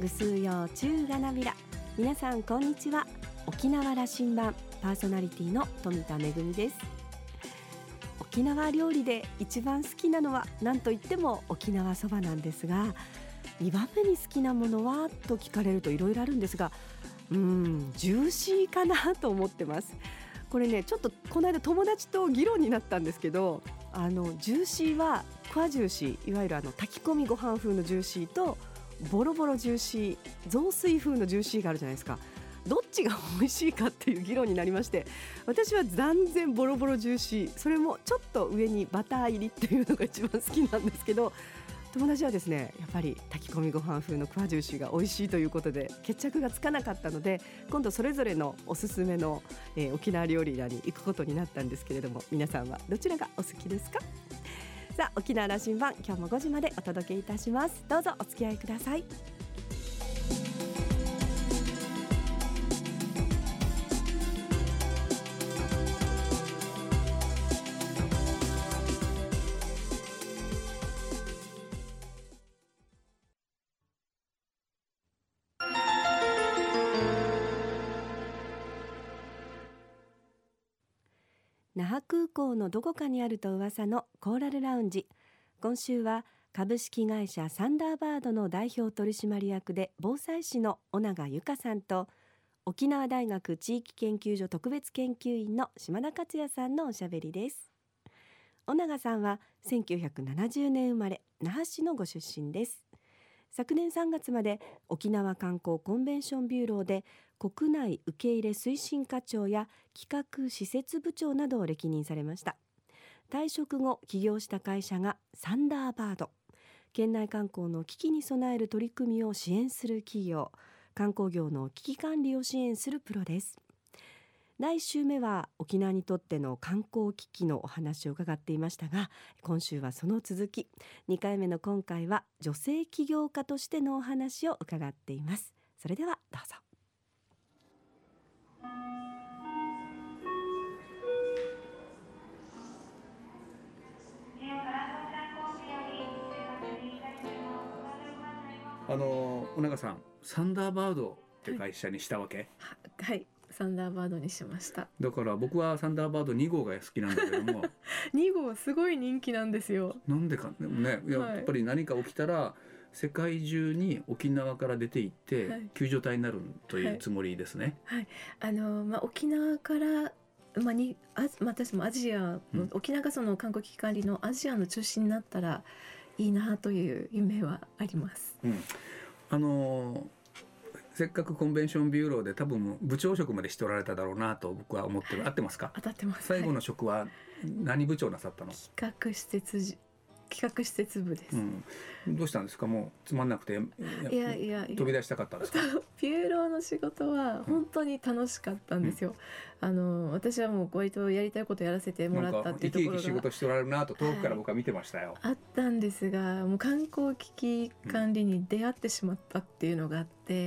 ぐすうようちゅうがなびら。皆さんこんにちは。沖縄羅針盤パーソナリティの富田恵です。沖縄料理で一番好きなのは何といっても沖縄そばなんですが、2番目に好きなものはと聞かれるといろいろあるんですが、ジューシーかなと思ってます。これね、ちょっとこの間友達と議論になったんですけど、ジューシーはクワジューシー、いわゆる炊き込みご飯風のジューシーとボロボロジューシー、雑炊風のジューシーがあるじゃないですか。どっちが美味しいかっていう議論になりまして、私は断然ボロボロジューシー、それもちょっと上にバター入りっていうのが一番好きなんですけど、友達はですね、やっぱり炊き込みご飯風のクワジューシーが美味しいということで決着がつかなかったので、今度それぞれのおすすめの、沖縄料理屋に行くことになったんですけれども、皆さんはどちらがお好きですか？さあ、沖縄羅針盤、今日も5時までお届けいたします。どうぞお付き合いください。那覇空港のどこかにあると噂のコーラルラウンジ。今週は株式会社サンダーバードの代表取締役で防災士の尾長由香さんと、沖縄大学地域研究所特別研究員の島田克也さんのおしゃべりです。尾長さんは1970年生まれ、那覇市のご出身です。昨年3月まで沖縄観光コンベンションビューローで国内受け入れ推進課長や企画施設部長などを歴任されました。退職後起業した会社がサンダーバード。県内観光の危機に備える取り組みを支援する企業、観光業の危機管理を支援するプロです。第1週目は沖縄にとっての観光危機のお話を伺っていましたが、今週はその続き、2回目の今回は女性起業家としてのお話を伺っています。それではどうぞ。 尾長さん、サンダーバードって会社にしたわけ？ はい、サンダーバードにしました。 だから僕はサンダーバード2号が好きなんだけども 2号すごい人気なんですよ。 なんでかね、やっぱり何か起きたら世界中に沖縄から出て行って救助隊になるというつもりですね。 沖縄から私もアジア、沖縄がその観光危機管理のアジアの中心になったらいいなという夢はあります。 せっかくコンベンションビューローで多分部長職までしておられただろうなと僕は思ってる。合ってますか？ 当たってます。 最後の職は何部長なさったの？ 企画施設部です、 どうしたんですか？もうつまんなくていや飛び出したかったんですか？ ビューローの仕事は本当に楽しかったんですよ。私はもう割とやりたいことやらせてもらったっていうところが、 生き生き仕事しておられるなと遠くから僕は見てましたよ。 あったんですが、もう観光危機管理に出会ってしまったっていうのがあって、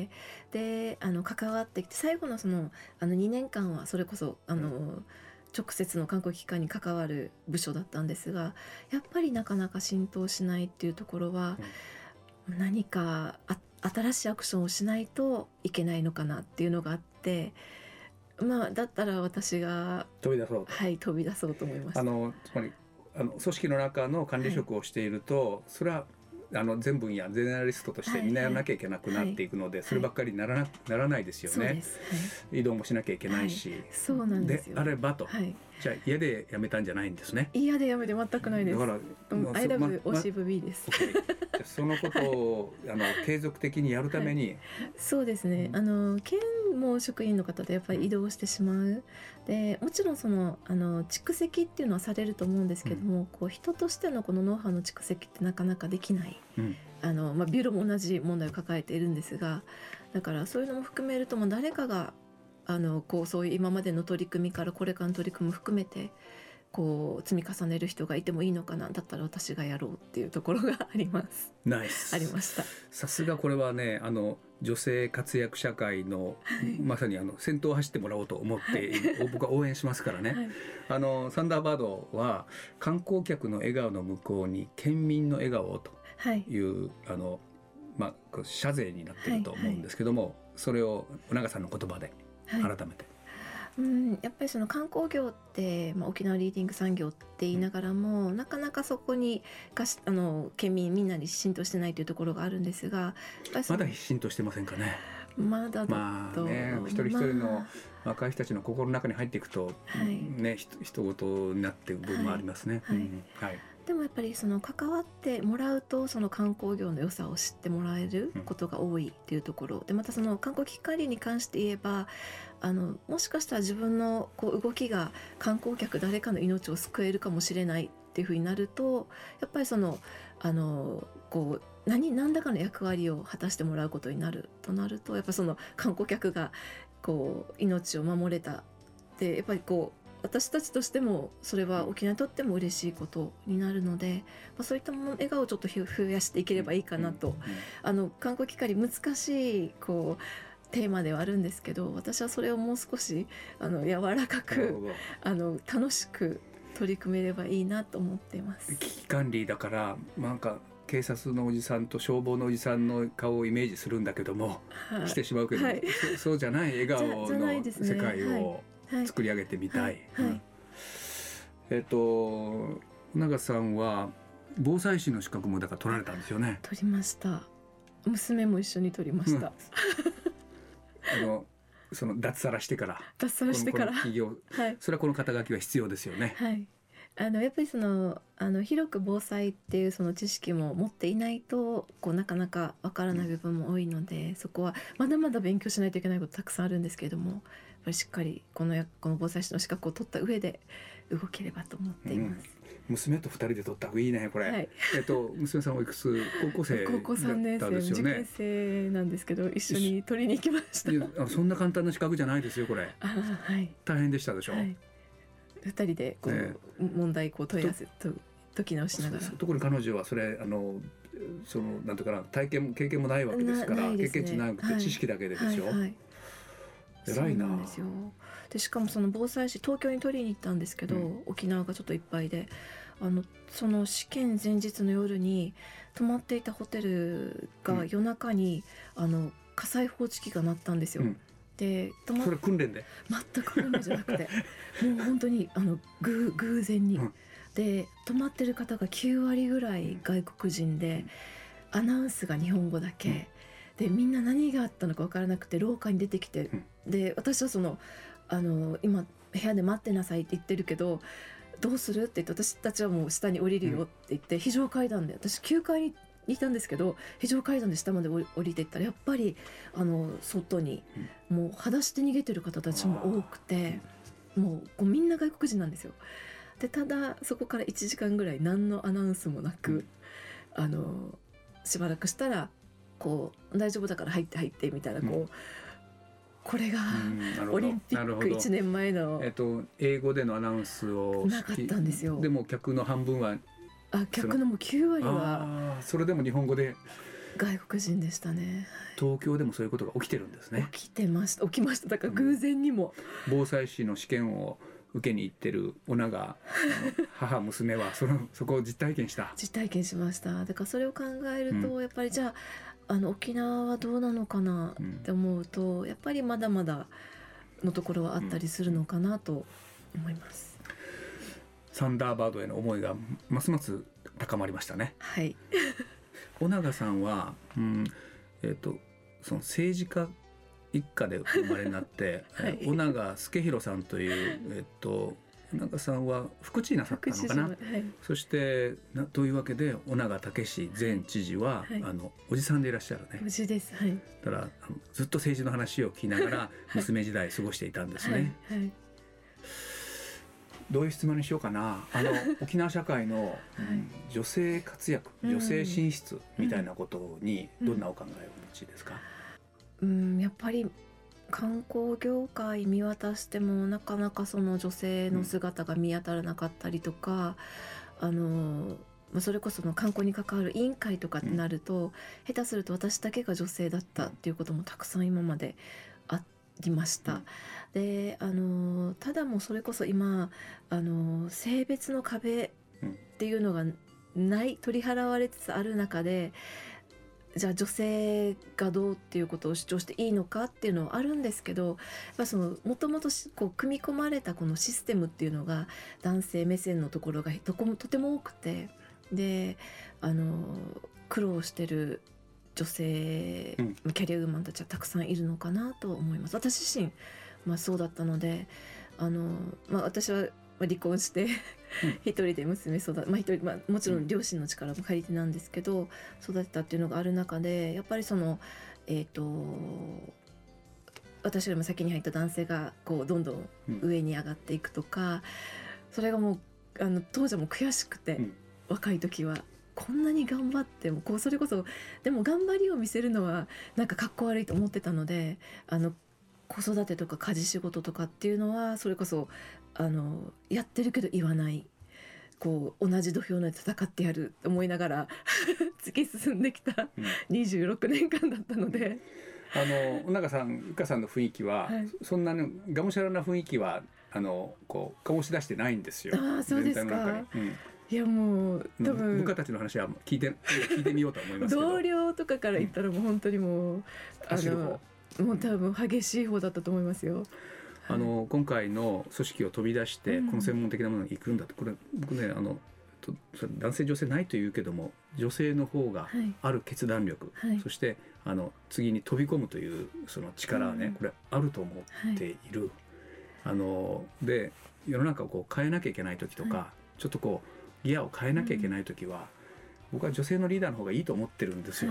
で関わってきて最後のその2年間はそれこそ直接の観光危機管に関わる部署だったんですが、やっぱりなかなか浸透しないっていうところは、何か新しいアクションをしないといけないのかなっていうのがあって、だったら私が飛び出そう、 飛び出そうと思いました。 つまり組織の中の管理職をしていると、それは全分野ゼネラリストとしてみんなやらなきゃいけなくなっていくので、そればっかりならないですよね。 そうです、 移動もしなきゃいけないし、 そうなんですよ。 であればと、じゃあ嫌で辞めたんじゃないんですね。 嫌で辞めて全くないです。だから I love OCVB です。 そのことを継続的にやるために、 そうですね、県も職員の方でやっぱり移動してしまう。でもちろんその蓄積っていうのはされると思うんですけども、こう人としてのこのノウハウの蓄積ってなかなかできない、ビューロも同じ問題を抱えているんですが、だからそういうのも含めると、誰かがそういう今までの取り組みからこれからの取り組みも含めてこう積み重ねる人がいてもいいのかな、だったら私がやろうっていうところがあります。 ナイス。 ありました。さすがこれはね、女性活躍社会の、まさに先頭を走ってもらおうと思って、僕は応援しますからね、サンダーバードは観光客の笑顔の向こうに県民の笑顔をという、 こう社税になってると思うんですけども、それを尾長さんの言葉で改めて。 やっぱりその観光業って、沖縄リーディング産業って言いながらも、なかなかそこに県民みんなに浸透してないというところがあるんですが、やっぱりまだ浸透してませんかね。 まだだと、 一人一人の若い人たちの心の中に入っていくと、人事になっていく部分もありますね。 でもやっぱりその関わってもらうと、その観光業の良さを知ってもらえることが多いっていうところで、またその観光機関に関して言えば、もしかしたら自分の動きが観光客誰かの命を救えるかもしれないっていうふうになると、やっぱりその何らかの役割を果たしてもらうことになるとなると、やっぱその観光客が命を守れたってやっぱり私たちとしてもそれは沖縄にとっても嬉しいことになるので、そういった笑顔をちょっと増やしていければいいかなと。観光機関に難しいテーマではあるんですけど、私はそれをもう少し柔らかく楽しく取り組めればいいなと思っています。 危機管理だから警察のおじさんと消防のおじさんの顔をイメージするんだけども、してしまうけど、そうじゃない笑顔の世界を作り上げてみたい。尾長さんは防災士の資格もだから取られたんですよね。 取りました。娘も一緒に取りました。 その脱サラしてからこの企業、それはこの肩書きは必要ですよね。 やっぱりその広く防災っていうその知識も持っていないとなかなかわからない部分も多いので、そこはまだまだ勉強しないといけないことたくさんあるんですけれども、やっぱりしっかりこの防災士の資格を取った上で動ければと思っています。 娘と2人で取った方がいいねこれ。娘さんはいくつ？高校生だったんですよね。 受験生なんですけど、一緒に取りに行きました。 そんな簡単な資格じゃないですよこれ。大変でしたでしょ。 2人で問題問い合わせと解き直しながら。 特に彼女はそれそのなんていうかな、経験もないわけですから、経験値なくて知識だけでですよ。偉いな。 でしかもその防災士東京に取りに行ったんですけど、沖縄がちょっといっぱいで、その試験前日の夜に泊まっていたホテルが夜中に火災報知器が鳴ったんですよ。でそれ訓練で？ 全く訓練じゃなくてもう本当に偶然に、で泊まってる方が9割ぐらい外国人で、アナウンスが日本語だけ、でみんな何があったのか分からなくて廊下に出てきて、で私は今部屋で待ってなさいって言ってるけどどうするって言って、私たちはもう下に降りるよって言って、非常階段で、私9階にいたんですけど非常階段で下まで降りていったら、やっぱり外にもう裸足で逃げてる方たちも多くて、もうみんな外国人なんですよ。でただそこから1時間ぐらい何のアナウンスもなく、しばらくしたら大丈夫だから入ってみたいな、これがオリンピック1年前の英語でのアナウンスをなかったんですよ。 でも客の半分は客のもう9割はそれでも日本語で。 外国人でしたね。 東京でもそういうことが起きてるんですね。 起きました。だから偶然にも、 防災士の試験を受けに行ってる尾長母娘はそこを実体験しました。だからそれを考えると、やっぱりじゃあ沖縄はどうなのかなって思うと、やっぱりまだまだのところはあったりするのかなと思います。 サンダーバードへの思いがますます高まりましたね。尾長さんは、その政治家一家で生まれになって尾長助弘さんという尾長さんは福知なさったのかな。そしてというわけで尾長武史前知事は、おじさんでいらっしゃるね。 おじです。 だからずっと政治の話を聞きながら娘時代過ごしていたんですね。どういう質問にしようかな。沖縄社会の、女性活躍、女性進出みたいなことにどんなお考えをお持ちですか？ やっぱり観光業界見渡してもなかなかその女性の姿が見当たらなかったりとか、それこそ観光に関わる委員会とかってなると、下手すると私だけが女性だったっていうこともたくさん今までありました。でただもうそれこそ今性別の壁っていうのが取り払われつつある中で、 じゃあ女性がどうっていうことを主張していいのかっていうのはあるんですけど、やっぱそのもともとこう組み込まれたこのシステムっていうのが男性目線のところがとても多くて、で苦労してる女性、キャリアウーマンたちはたくさんいるのかなと思います。私自身、そうだったので私は離婚して一人で娘一人、もちろん両親の力も借りてなんですけど育てたっていうのがある中で、やっぱりその私よりも先に入った男性がこうどんどん上に上がっていくとか、それがもう当時はもう悔しくて、若い時はこんなに頑張ってもそれこそでも頑張りを見せるのはなんかかっこ悪いと思ってたので、子育てとか家事仕事とかっていうのはそれこそやってるけど言わない、こう同じ土俵の上で戦ってやると思いながら突き進んできた26年間だったので、 尾中さん、ゆかさんの雰囲気は、そんなにがむしゃらな雰囲気はこう醸し出してないんですよ。 そうですか。いやもう多分部下たちの話は聞いてみようと思いますけど同僚とかから言ったらもう本当にもうもう多分激しい方だったと思いますよ。 今回の組織を飛び出してこの専門的なものに行くんだって、これ僕ね男性女性ないというけども女性の方がある決断力、そして次に飛び込むというその力はね、これあると思っている。で世の中をこう変えなきゃいけない時とか、ちょっとこうギアを変えなきゃいけない時は、僕は女性のリーダーの方がいいと思ってるんですよ。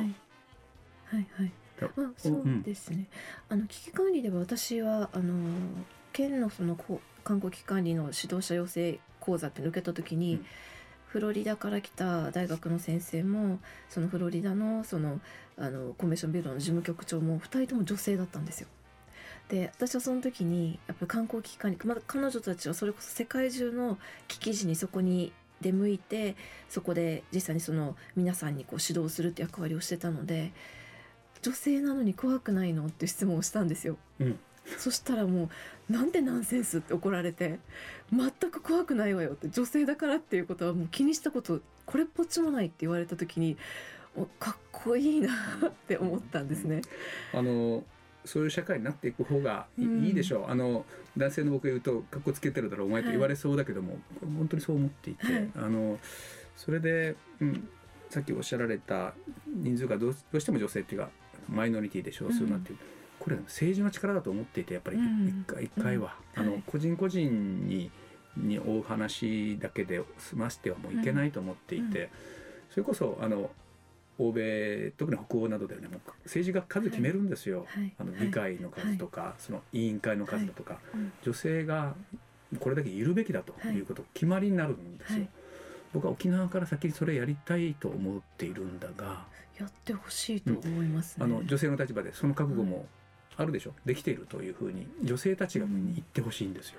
そうですね。危機管理では私は県のその観光危機管理の指導者養成講座って受けた時に、フロリダから来た大学の先生もそのフロリダのそのコンベンションビルドの事務局長も2人とも女性だったんですよ。で私はその時にやっぱり観光危機管理、彼女たちはそれこそ世界中の危機時にそこに出向いて、そこで実際にその皆さんにこう指導するって役割をしてたので、女性なのに怖くないのって質問をしたんですよ。そしたらもうなんてナンセンスって怒られて、全く怖くないわよって、女性だからっていうことはもう気にしたことこれっぽっちもないって言われた時にかっこいいなって思ったんですね。 そういう社会になっていく方がいいでしょう。男性の僕が言うとかっこつけてるだろうお前と言われそうだけども、本当にそう思っていて、それで、さっきおっしゃられた人数がどうしても女性っていうかマイノリティで少数になっている、これ政治の力だと思っていて、やっぱり一回は個人個人に追う話だけで済ませてはもういけないと思っていて、それこそ欧米特に北欧などではね、もう政治が数決めるんですよ。議会の数とか、その委員会の数だとか、女性がこれだけいるべきだということ決まりになるんですよ。僕は沖縄から先にそれやりたいと思っているんだが、 やってほしいと思いますね。 女性の立場でその覚悟もあるでしょ、できているというふうに女性たちが言ってほしいんですよ。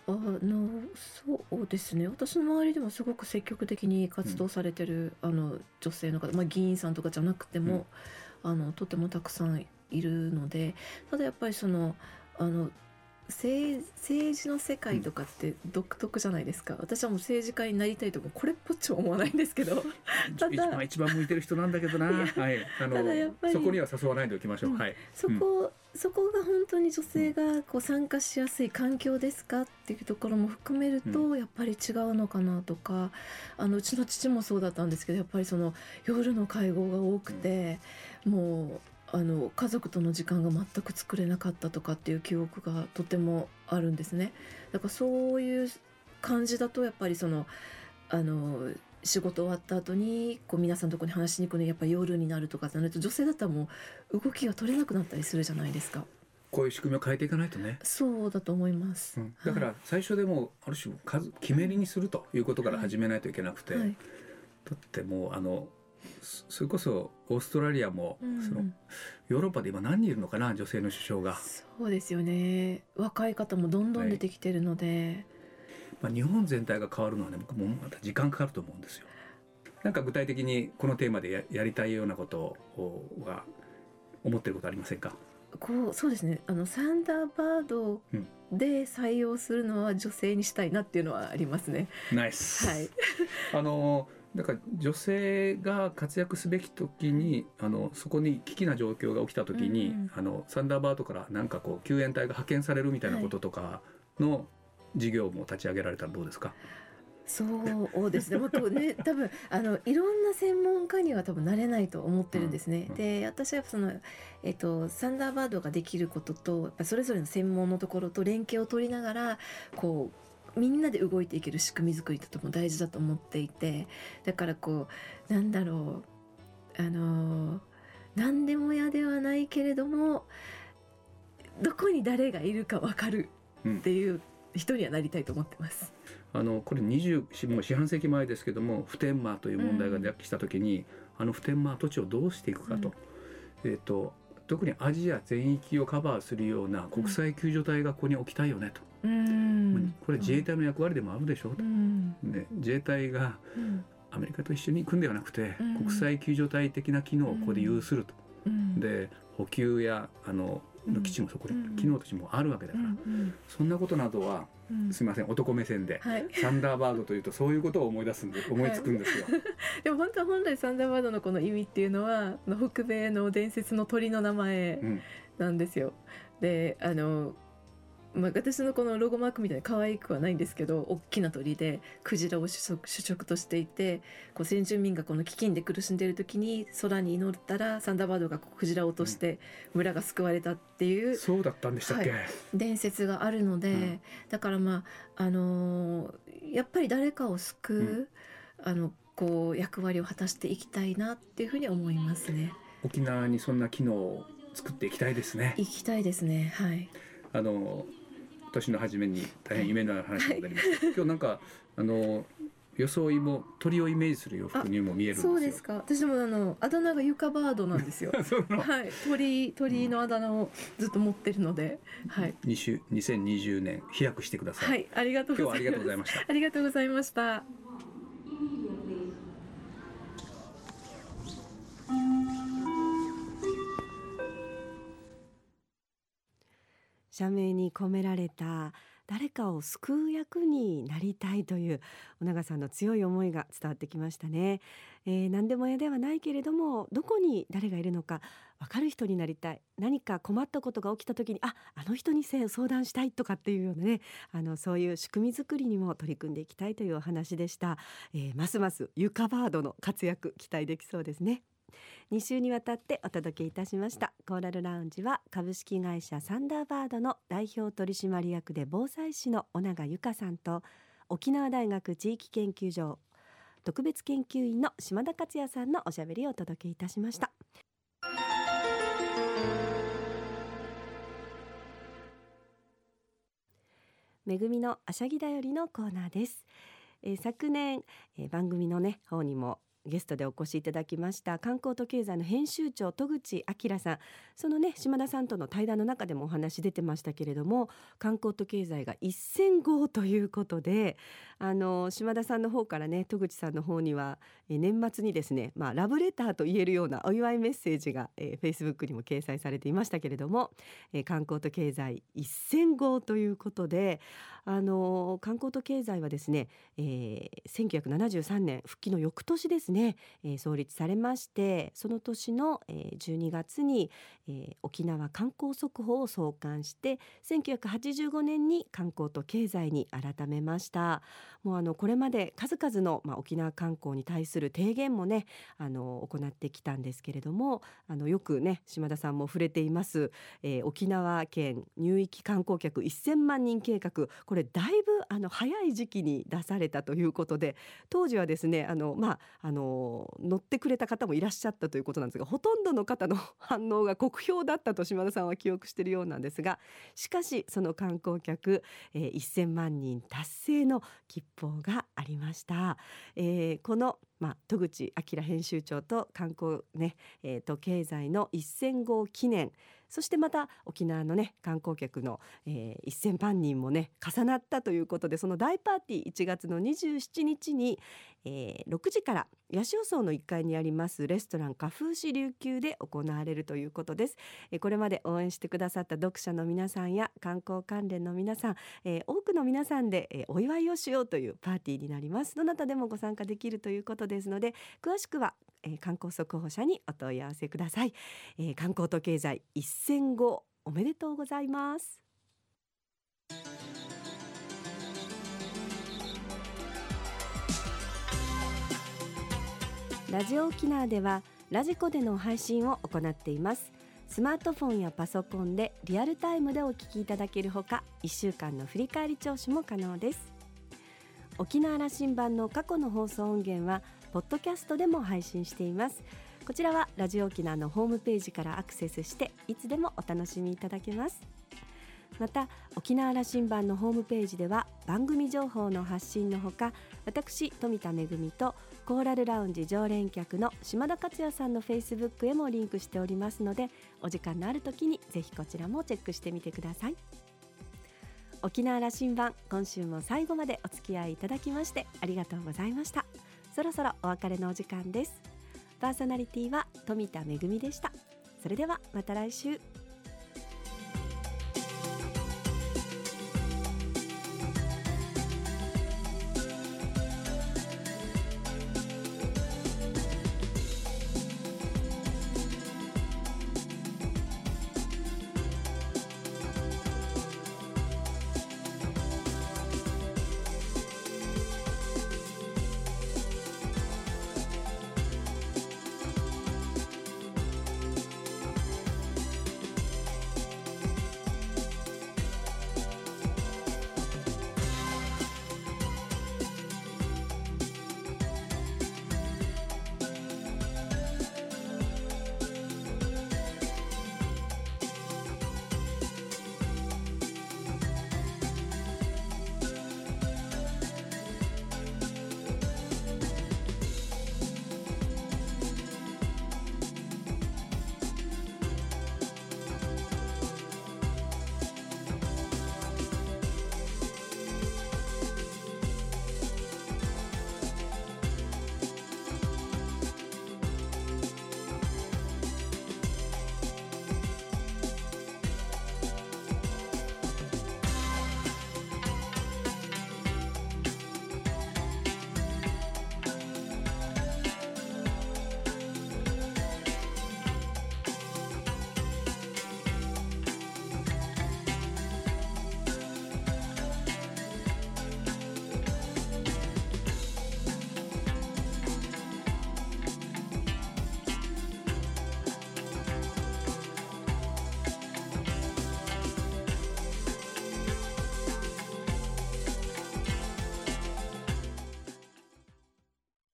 そうですね。私の周りでもすごく積極的に活動されてる、女性の方、議員さんとかじゃなくても、とてもたくさんいるので、ただやっぱりその政治の世界とかって独特じゃないですか。私はもう政治家になりたいとかこれっぽっちも思わないんですけどただ一番向いてる人なんだけどなただやっぱりそこには誘わないでおきましょう。 そこが本当に女性がこう参加しやすい環境ですかっていうところも含めると、やっぱり違うのかなとか、うちの父もそうだったんですけど、やっぱりその夜の会合が多くて、もう家族との時間が全く作れなかったとかっていう記憶がとてもあるんですね。だからそういう感じだとやっぱりその仕事終わった後にこう皆さんのところに話しに行くのにやっぱり夜になるとかってなると、女性だったらもう動きが取れなくなったりするじゃないですか。 こういう仕組みを変えていかないとね。 そうだと思います、 だから最初でもある種決めりにするということから始めないといけなくて、だってもうそれこそオーストラリアも、そのヨーロッパで今何人いるのかな、女性の首相が。 そうですよね。若い方もどんどん出てきてるので、 日本全体が変わるのはね、僕もまた時間かかると思うんですよ。なんか具体的にこのテーマで やりたいようなことは思ってることありませんか？ そうですね。サンダーバードで採用するのは女性にしたいなっていうのはありますね。 ナイス。 だから女性が活躍すべき時にそこに危機な状況が起きた時に、サンダーバードからなんかこう救援隊が派遣されるみたいなこととかの事業も立ち上げられたらどうですか？ そうですね、もっとね多分いろんな専門家には多分なれないと思ってるんですね。で私はその、サンダーバードができることとやっぱそれぞれの専門のところと連携を取りながらこうみんなで動いていける仕組み作りってとても大事だと思っていて、だからこうなんだろう何でも屋ではないけれどもどこに誰がいるか分かるっていう人にはなりたいと思ってます。 これもう四半世紀前ですけども普天間という問題が出来た時に、普天間跡地をどうしていくかと、特にアジア全域をカバーするような国際救助隊がここに置きたいよねと、これ自衛隊の役割でもあるでしょうと、で自衛隊がアメリカと一緒に行くんではなくて、国際救助隊的な機能をここで有すると、で補給やの基地もそこで機能としてもあるわけだから、そんなことなどは、すみません男目線で、サンダーバードというとそういうことを思いつくんですよ。 でも本来サンダーバードのこの意味っていうのは北米の伝説の鳥の名前なんですよ。で私のこのロゴマークみたいに可愛くはないんですけど、大きな鳥でクジラを主食としていて、こう先住民がこの飢饉で苦しんでいる時に空に祈ったらサンダーバードがクジラを落として村が救われたっていう、 そうだったんでしたっけ、 伝説があるので、だからやっぱり誰かを救うこう役割を果たしていきたいなっていうふうに思いますね。 沖縄にそんな機能を作っていきたいですね。 行きたいですね。はい。 年の初めに大変夢のある話になりました。今日なんか装いも鳥をイメージする洋服にも見えるんですよ。 そうですか。私もあだ名がユカバードなんですよ。はい、鳥のあだ名をずっと持ってるので、はい。 2020年飛躍してください。 はい、ありがとうございます。 今日はありがとうございました。 ありがとうございました。 社名に込められた誰かを救う役になりたいという尾長さんの強い思いが伝わってきましたね。何でも屋ではないけれどもどこに誰がいるのか分かる人になりたい、何か困ったことが起きた時にあの人に相談したいとかっていうようなね、そういう仕組み作りにも取り組んでいきたいというお話でした。ますますユカバードの活躍期待できそうですね。2週にわたってお届けいたしましたコーラルラウンジは株式会社サンダーバードの代表取締役で防災士の尾長由香さんと沖縄大学地域研究所特別研究員の島田克也さんのおしゃべりをお届けいたしました。めぐみのあしゃぎだよりのコーナーです。昨年、番組の方にもゲストでお越しいただきました観光と経済の編集長戸口明さん、その島田さんとの対談の中でもお話出てましたけれども、観光と経済が一線号ということで島田さんの方から戸口さんの方には年末にですね、ラブレターと言えるようなお祝いメッセージがFacebook にも掲載されていましたけれども、観光と経済一線号ということで観光と経済はですね、1973年復帰の翌年ですね、創立されまして、その年の12月に沖縄観光速報を創刊して1985年に観光と経済に改めました。もうこれまで数々の、沖縄観光に対する提言も行ってきたんですけれども、よく島田さんも触れています、沖縄県入域観光客1000万人計画、これだいぶ早い時期に出されたということで、当時はですね乗ってくれた方もいらっしゃったということなんですが、ほとんどの方の反応が酷評だったと島田さんは記憶しているようなんですが、しかしその観光客、1000万人達成の吉報がありました。この戸口明編集長と観光と経済の1000号記念、そしてまた沖縄の観光客の、1000万人も重なったということで、その大パーティー1月の27日に、6時から八潮荘の1階にありますレストラン花風市琉球で行われるということです。これまで応援してくださった読者の皆さんや観光関連の皆さん、多くの皆さんで、お祝いをしようというパーティーになります。どなたでもご参加できるということことですので、詳しくは、観光速報車にお問い合わせください。観光と経済一戦後おめでとうございます。ラジオ沖縄ではラジコでの配信を行っています。スマートフォンやパソコンでリアルタイムでお聞きいただけるほか、1週間の振り返り聴取も可能です。沖縄羅針盤の過去の放送音源はポッドキャストでも配信しています。こちらはラジオ沖縄のホームページからアクセスしていつでもお楽しみいただけます。また沖縄羅針盤のホームページでは番組情報の発信のほか、私富田恵とコーラルラウンジ常連客の島田克也さんのフェイスブックへもリンクしておりますので、お時間のある時にぜひこちらもチェックしてみてください。沖縄羅針盤、今週も最後までお付き合いいただきましてありがとうございました。そろそろお別れのお時間です。パーソナリティは富田恵でした。それではまた来週。